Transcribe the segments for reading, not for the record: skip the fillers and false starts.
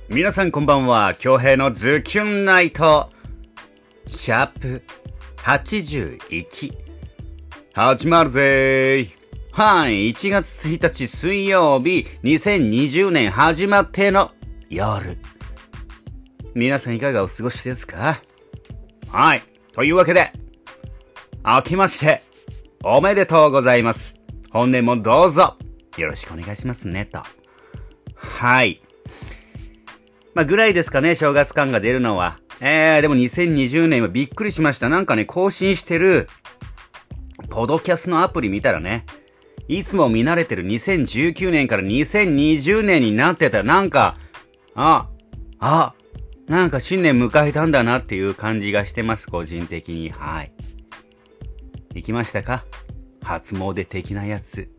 皆さんこんばんは。京平のズキュンナイトシャープ81始まるぜー。はい、1月1日水曜日2020年始まっての夜。皆さんいかがお過ごしですか？はい、というわけで明けましておめでとうございます。本年もどうぞよろしくお願いしますねと。はい。ぐらいですかね、正月感が出るのは。でも2020年はびっくりしました。なんかね、更新してる、ポドキャスのアプリ見たらね、いつも見慣れてる2019年から2020年になってたら、なんか新年迎えたんだなっていう感じがしてます、個人的に。はい。行きましたか？初詣的なやつ。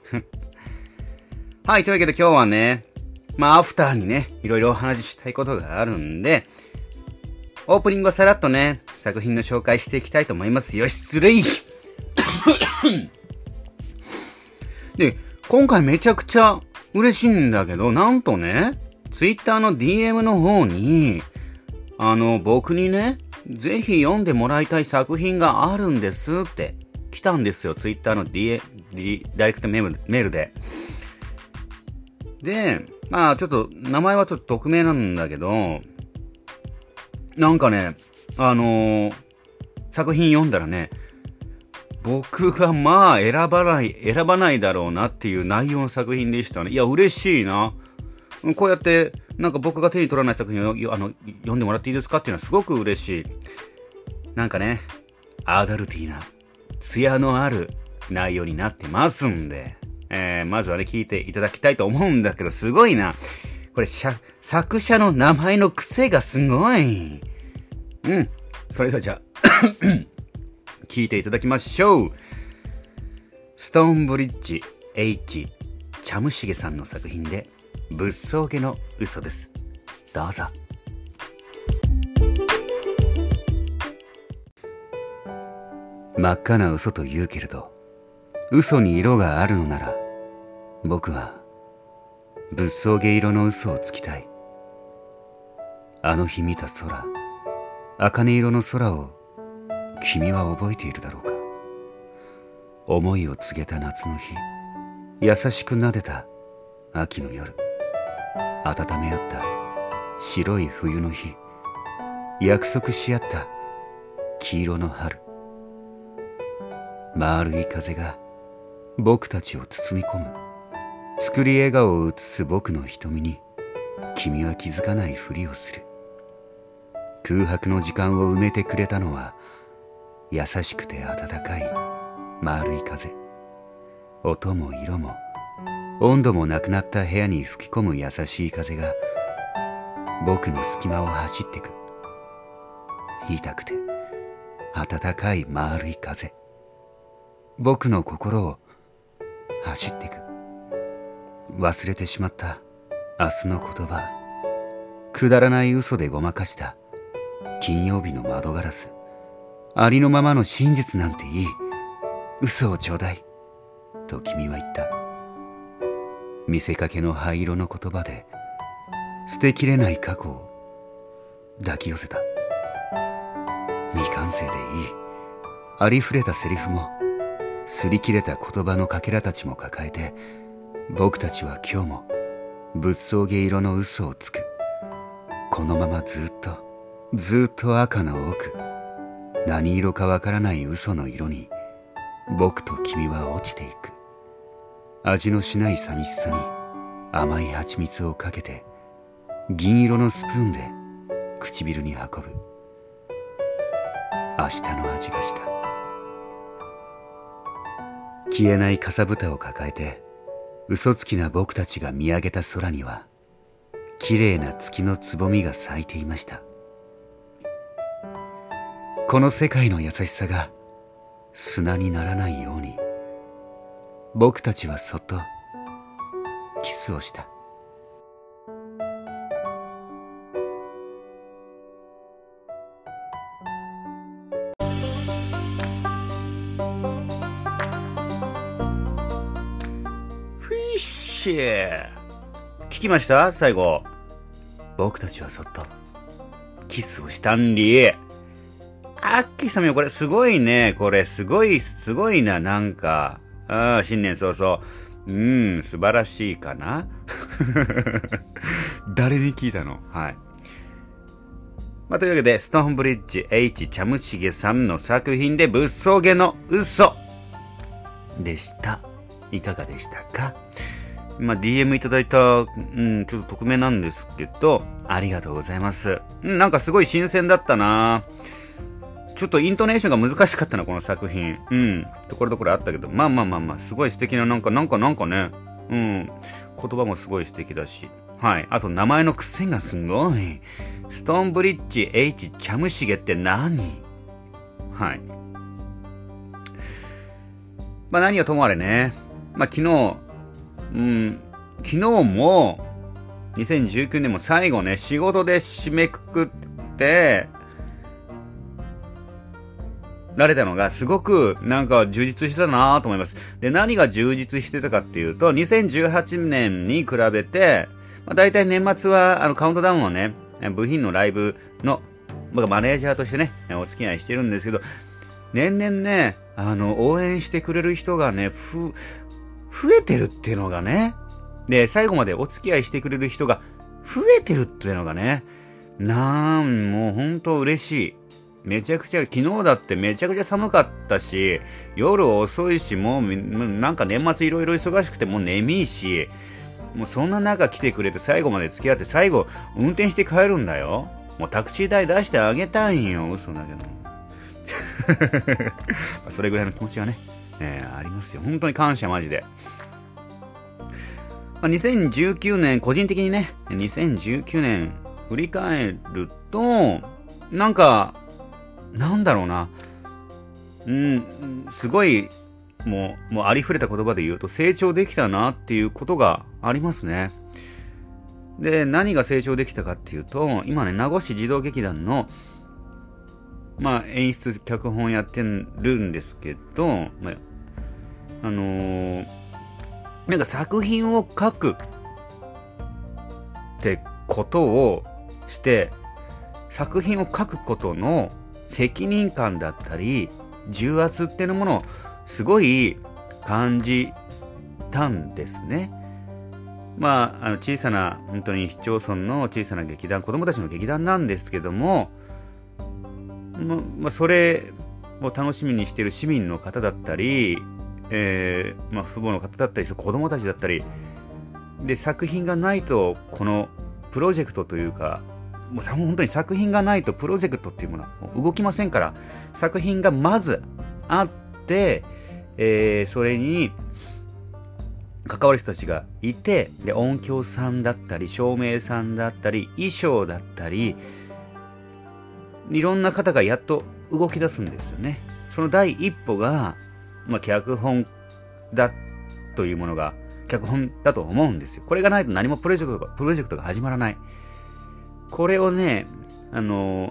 はい、というわけで今日はね、アフターにね、いろいろお話ししたいことがあるんで、オープニングをさらっとね、作品の紹介していきたいと思いますよ。失礼で、今回めちゃくちゃ嬉しいんだけど、なんとね、ツイッターの DM の方に、僕にね、ぜひ読んでもらいたい作品があるんですって来たんですよ。ツイッターのダイレクトメールで。で、ちょっと、名前はちょっと匿名なんだけど、なんかね、作品読んだらね、僕が選ばないだろうなっていう内容の作品でしたね。いや、嬉しいな。こうやって、なんか僕が手に取らない作品を読んでもらっていいですかっていうのはすごく嬉しい。なんかね、アダルティーな、艶のある内容になってますんで、まずはね、聞いていただきたいと思うんだけど、すごいな。これ、作者の名前の癖がすごい。それではじゃあ、聞いていただきましょう。ストーンブリッジ H チャムシゲさんの作品で、物騒げの嘘です。どうぞ。真っ赤な嘘と言うけれど、嘘に色があるのなら、僕は物騒げ色の嘘をつきたい。あの日見た空、茜色の空を君は覚えているだろうか。思いを告げた夏の日、優しく撫でた秋の夜、温め合った白い冬の日、約束し合った黄色の春。丸い風が僕たちを包み込む。作り笑顔を映す僕の瞳に君は気づかないふりをする。空白の時間を埋めてくれたのは優しくて暖かい丸い風。音も色も温度もなくなった部屋に吹き込む優しい風が僕の隙間を走ってく。痛くて暖かい丸い風。僕の心を走っていく。忘れてしまった明日の言葉。くだらない嘘でごまかした金曜日の窓ガラス。ありのままの真実なんていい。嘘をちょうだいと君は言った。見せかけの灰色の言葉で捨てきれない過去を抱き寄せた。未完成でいい。ありふれたセリフも擦り切れた言葉のかけらたちも抱えて、僕たちは今日も物騒げ色の嘘をつく。このままずっと赤の奥、何色かわからない嘘の色に僕と君は落ちていく。味のしない寂しさに甘い蜂蜜をかけて、銀色のスプーンで唇に運ぶ。明日の味がした。消えないかさぶたを抱えて嘘つきな僕たちが見上げた空には、綺麗な月のつぼみが咲いていました。この世界の優しさが砂にならないように、僕たちはそっとキスをした。フィッシュ聞きました？最後僕たちはそっとキスをしたんり。アッキーさんよ、これすごいね。これすごいな、なんか。新年早々。素晴らしいかな誰に聞いたの？はい。というわけで、ストーンブリッジ H チャムシゲさんの作品で物騒げの嘘でした。いかがでしたか？DM いただいた、ちょっと匿名なんですけど、ありがとうございます。なんかすごい新鮮だったな。ちょっとイントネーションが難しかったな、この作品。ところどころあったけど、すごい素敵な、なんかね、言葉もすごい素敵だし。はい。あと、名前の癖がすごい。ストーンブリッジ H チャムシゲって何？はい。何はともあれね。昨日も、2019年も最後ね、仕事で締めくくって、られたのがすごくなんか充実してたなと思います。で、何が充実してたかっていうと、2018年に比べて、大体年末はカウントダウンをね、部品のライブの、僕はマネージャーとしてね、お付き合いしてるんですけど、年々ね、応援してくれる人がね、増えてるっていうのがね、で、最後までお付き合いしてくれる人が増えてるっていうのがね、もう本当嬉しい。めちゃくちゃ、昨日だってめちゃくちゃ寒かったし、夜遅いし、もうなんか年末いろいろ忙しくてもう眠いし、もうそんな中来てくれて最後まで付き合って最後運転して帰るんだよ。もうタクシー代出してあげたいんよ。嘘だけど。それぐらいの気持ちがね、ありますよ。本当に感謝マジで。2019年、個人的にね、2019年振り返ると、なんか、なんだろうな。すごい、もうありふれた言葉で言うと成長できたなっていうことがありますね。で、何が成長できたかっていうと、今ね、名護市児童劇団の、演出、脚本やってるんですけど、なんか作品を書くってことをして、作品を書くことの責任感だったり重圧っていうものをすごい感じたんですね。小さな本当に市町村の小さな劇団、子供たちの劇団なんですけども、それを楽しみにしている市民の方だったり、父母の方だったり、子供たちだったりで、作品がないとこのプロジェクトというか、もう本当に作品がないとプロジェクトっていうものは動きませんから、作品がまずあって、それに関わる人たちがいて、で音響さんだったり照明さんだったり衣装だったりいろんな方がやっと動き出すんですよね。その第一歩が、脚本だというものが脚本だと思うんですよ。これがないと何もプロジェクトが始まらない。これをね、3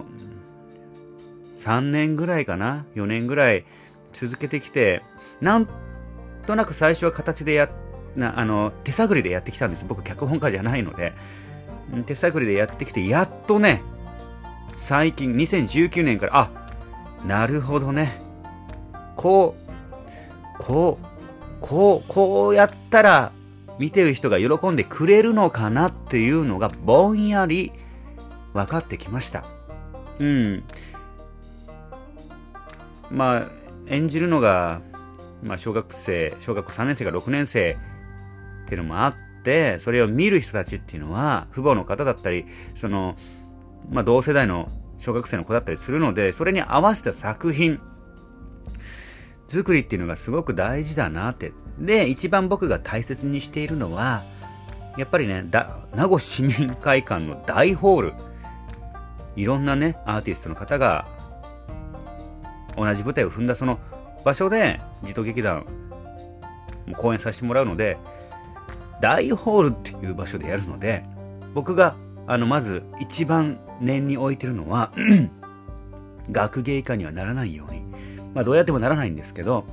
年ぐらいかな、4年ぐらい続けてきて、なんとなく最初は形で手探りでやってきたんです。僕脚本家じゃないので、手探りでやってきて、やっとね、最近2019年から、なるほどね、こうやったら見てる人が喜んでくれるのかなっていうのがぼんやり分かってきました。演じるのが、小学校3年生から6年生っていうのもあって、それを見る人たちっていうのは父母の方だったり、同世代の小学生の子だったりするので、それに合わせた作品作りっていうのがすごく大事だなって。で、一番僕が大切にしているのは、やっぱりね、名護市民会館の大ホール、いろんなね、アーティストの方が同じ舞台を踏んだその場所で児童劇団公演させてもらうので、大ホールっていう場所でやるので、僕がまず一番念に置いてるのは学芸会にはならないように、どうやってもならないんですけど、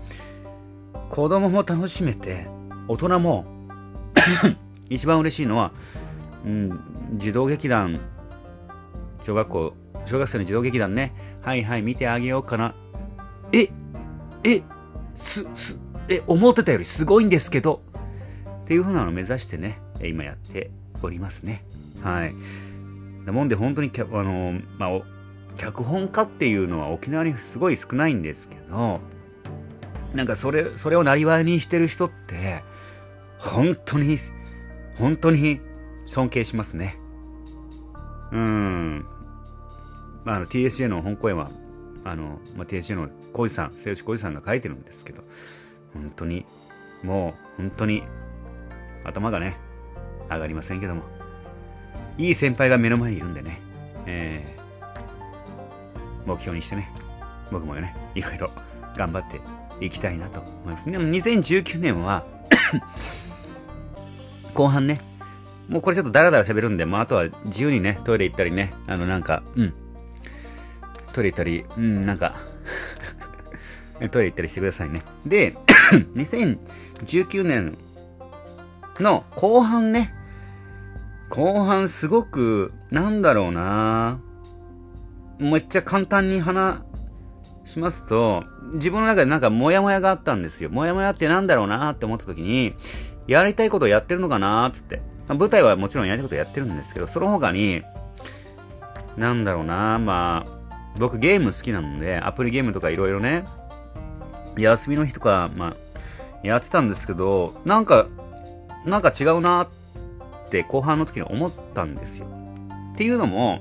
子供も楽しめて大人も一番嬉しいのは児童劇団、小学生の児童劇団ね、はいはい、見てあげようかな。思ってたよりすごいんですけど、っていう風なのを目指してね、今やっておりますね。はい。なもんで本当に脚本家っていうのは沖縄にすごい少ないんですけど、なんかそれをなりわいにしてる人って、本当に尊敬しますね。TSJ の本公演は、TSJ の浩二さん、末吉浩二さんが書いてるんですけど、本当に頭がね、上がりませんけども、いい先輩が目の前にいるんでね、目標にしてね、僕もね、いろいろ頑張っていきたいなと思います。でも2019年は後半ね、もうこれちょっとダラダラ喋るんで、あとは自由にね、トイレ行ったりね、トイレ行ったり、トイレ行ったりしてくださいね。で、2019年の後半ね、すごく、めっちゃ簡単に話しますと、自分の中でモヤモヤがあったんですよ。モヤモヤってって思った時に、やりたいことをやってるのかなつって。舞台はもちろんやりたいことやってるんですけど、その他に、僕ゲーム好きなので、アプリゲームとかいろいろね、休みの日とか、やってたんですけど、なんか違うなって後半の時に思ったんですよ。っていうのも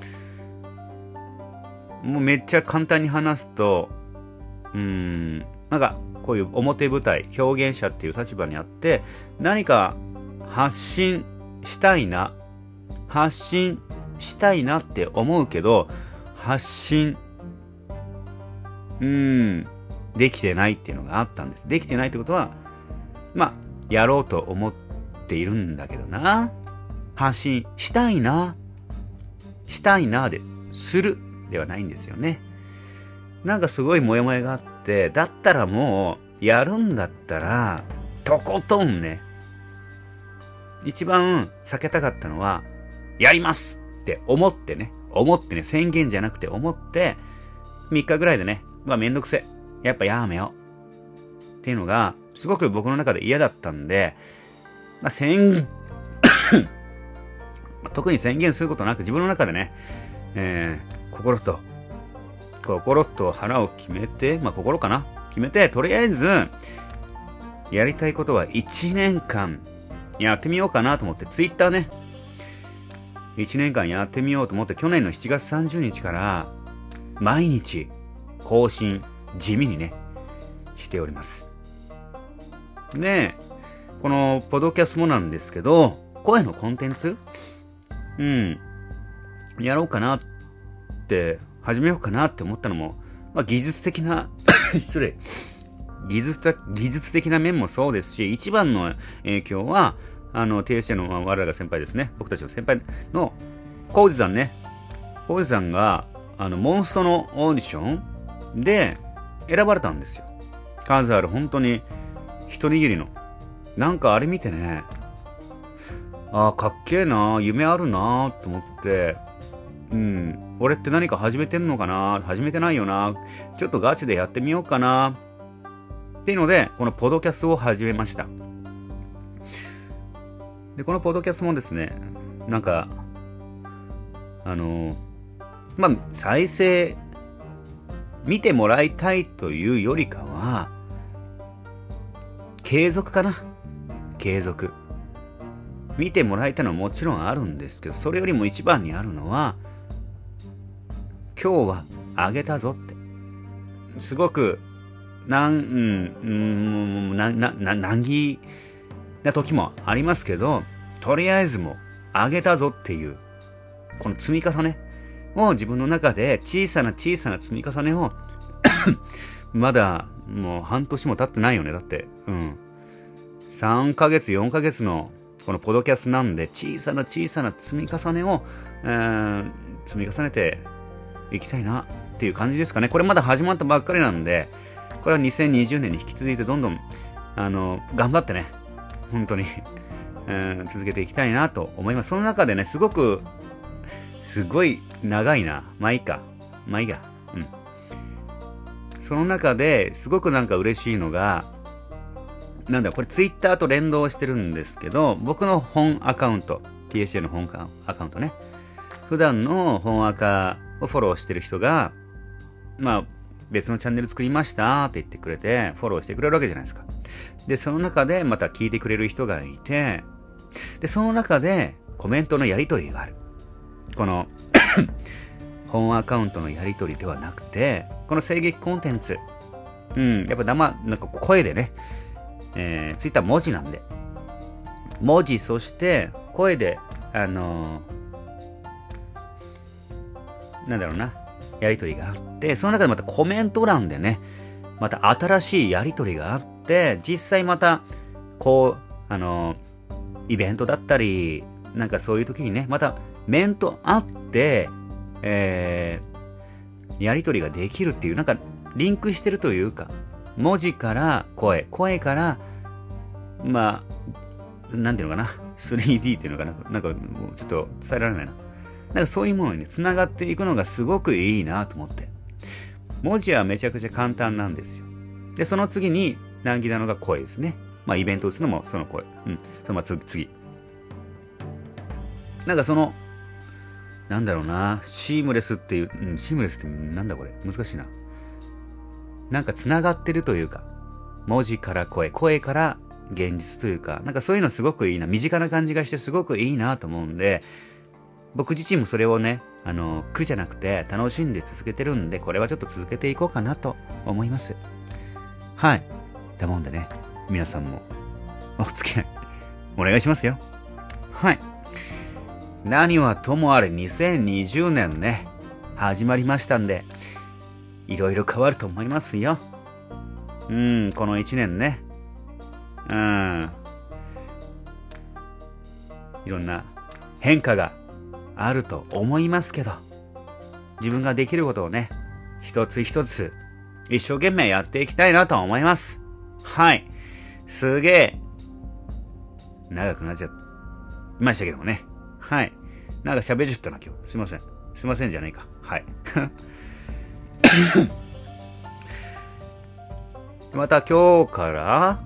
うめっちゃ簡単に話すと、こういう表舞台、表現者っていう立場にあって、何か発信したいなって思うけど、発信、できてないっていうのがあったんです。できてないってことは、やろうと思っているんだけどな。発信したいなでするではないんですよね。すごいモヤモヤがあって、だったらもう、やるんだったら、とことんね、一番避けたかったのは、やりますって思ってね、宣言じゃなくて思って、3日ぐらいでね、めんどくせえ。やっぱやめよう。っていうのが、すごく僕の中で嫌だったんで、特に宣言することなく自分の中でね、心と腹を決めて、決めて、とりあえず、やりたいことは1年間やってみようかなと思って、ツイッターね、1年間やってみようと思って、去年の7月30日から、毎日、更新、地味にね、しております。で、この、ポドキャストもなんですけど、声のコンテンツやろうかなって、始めようかなって思ったのも、技術的な、技術的な面もそうですし、一番の影響は、TSJ の我らが先輩ですね。僕たちの先輩の、浩二さんね。浩二さんが、モンストのオーディションで選ばれたんですよ。数ある本当に一握りの。あれ見てね、かっけえな、夢あるなと思って、俺って何か始めてんのかな、始めてないよな、ちょっとガチでやってみようかな、っていうので、このポドキャストを始めました。で、このポドキャストもですね、再生、見てもらいたいというよりかは、継続かな。継続。見てもらいたいのはもちろんあるんですけど、それよりも一番にあるのは、今日はあげたぞって。すごく、難儀な時もありますけど、とりあえずもうあげたぞっていう、この積み重ねを自分の中で小さな積み重ねをまだもう半年も経ってないよね。だって、3ヶ月、4ヶ月のこのポドキャストなんで、小さな積み重ねを、積み重ねていきたいなっていう感じですかね。これまだ始まったばっかりなんで、これは2020年に引き続いてどんどん、頑張ってね、本当に、 続けていきたいなと思います。その中でね、すごい長いな。まあいいか。まあいいや。うん。その中ですごくなんか嬉しいのが、なんだこれツイッターと連動してるんですけど、僕の本アカウント、TSJ の本アカウントね。普段の本アカをフォローしてる人が、まあ別のチャンネル作りましたって言ってくれて、フォローしてくれるわけじゃないですか。で、その中でまた聞いてくれる人がいて、で、その中でコメントのやり取りがある。この本アカウントのやり取りではなくて、この声劇コンテンツ、やっぱなんか声でね、ツイッター文字なんで、文字そして声でなんだろうな、やり取りがあって、その中でまたコメント欄でね、また新しいやり取りがあって、実際またこうイベントだったり、なんかそういう時にね、また面と会って、やり取りができるっていう、なんかリンクしてるというか、文字から声から、まあ、なんていうのかな、3D っていうのかな、なんかもうちょっと伝えられないな。なんかそういうものにね、繋がっていくのがすごくいいなと思って。文字はめちゃくちゃ簡単なんですよ。で、その次に難儀なのが声ですね。まあイベント打つのもその声。その次。なんかなんだろうな、シームレスっていう、シームレスってなんだこれ、難しいな。なんか繋がってるというか、文字から声から現実というか、なんかそういうのすごくいいな、身近な感じがしてすごくいいなと思うんで、僕自身もそれをね、苦じゃなくて楽しんで続けてるんで、これはちょっと続けていこうかなと思います。はい。だもんでね、皆さんもお付き合いお願いしますよ。はい。何はともあれ2020年ね、始まりましたんで、いろいろ変わると思いますよ。この1年ね。いろんな変化があると思いますけど、自分ができることをね、一つ一つ一生懸命やっていきたいなと思います。はい。すげえ長くなっちゃいましたけどもね。はい。なんか喋っちゃったな今日。すいません。すいませんじゃないか。はい。また今日から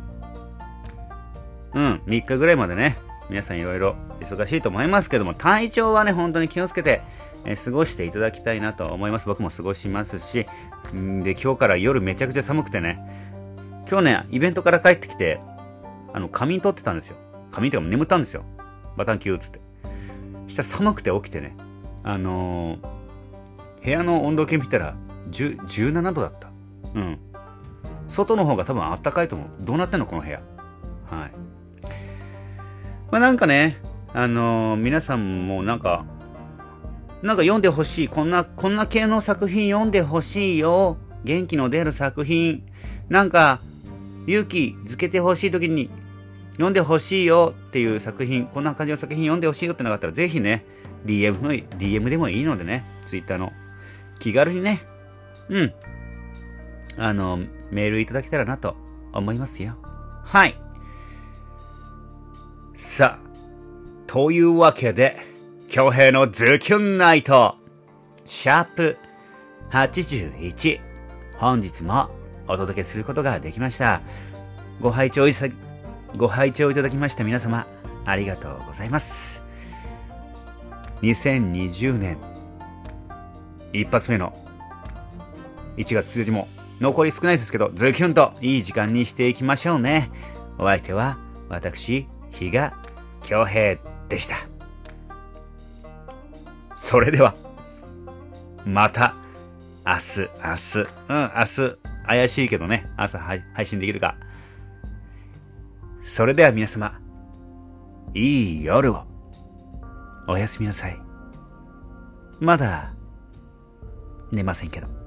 3日ぐらいまでね、皆さんいろいろ忙しいと思いますけども、体調はね、本当に気をつけて、過ごしていただきたいなと思います。僕も過ごしますし、で、今日から夜めちゃくちゃ寒くてね、今日ね、イベントから帰ってきて、仮眠取ってたんですよ。仮眠っていうか眠ったんですよ。バタンキューっつって。したら寒くて起きてね、部屋の温度計見たら17度だった。外の方が多分あったかいと思う。どうなってんのこの部屋。はい。まあなんかね、皆さんもなんか読んでほしい。こんな系の作品読んでほしいよ。元気の出る作品。なんか、勇気づけてほしい時に読んでほしいよっていう作品、こんな感じの作品読んでほしいよってなかったら、ぜひね、DM でもいいのでね、Twitter の気軽にね、メールいただけたらなと思いますよ。はい。さあ、というわけで、恭平のズキュンナイト、シャープ81、本日もお届けすることができました。ご拝聴いただきました皆様、ありがとうございます。2020年、一発目の1月1日も残り少ないですけど、ズキュンといい時間にしていきましょうね。お相手は、私、比嘉恭平でした。それでは、また、明日、怪しいけどね、朝配信できるか。それでは皆様、いい夜を。おやすみなさい。まだ、寝ませんけど。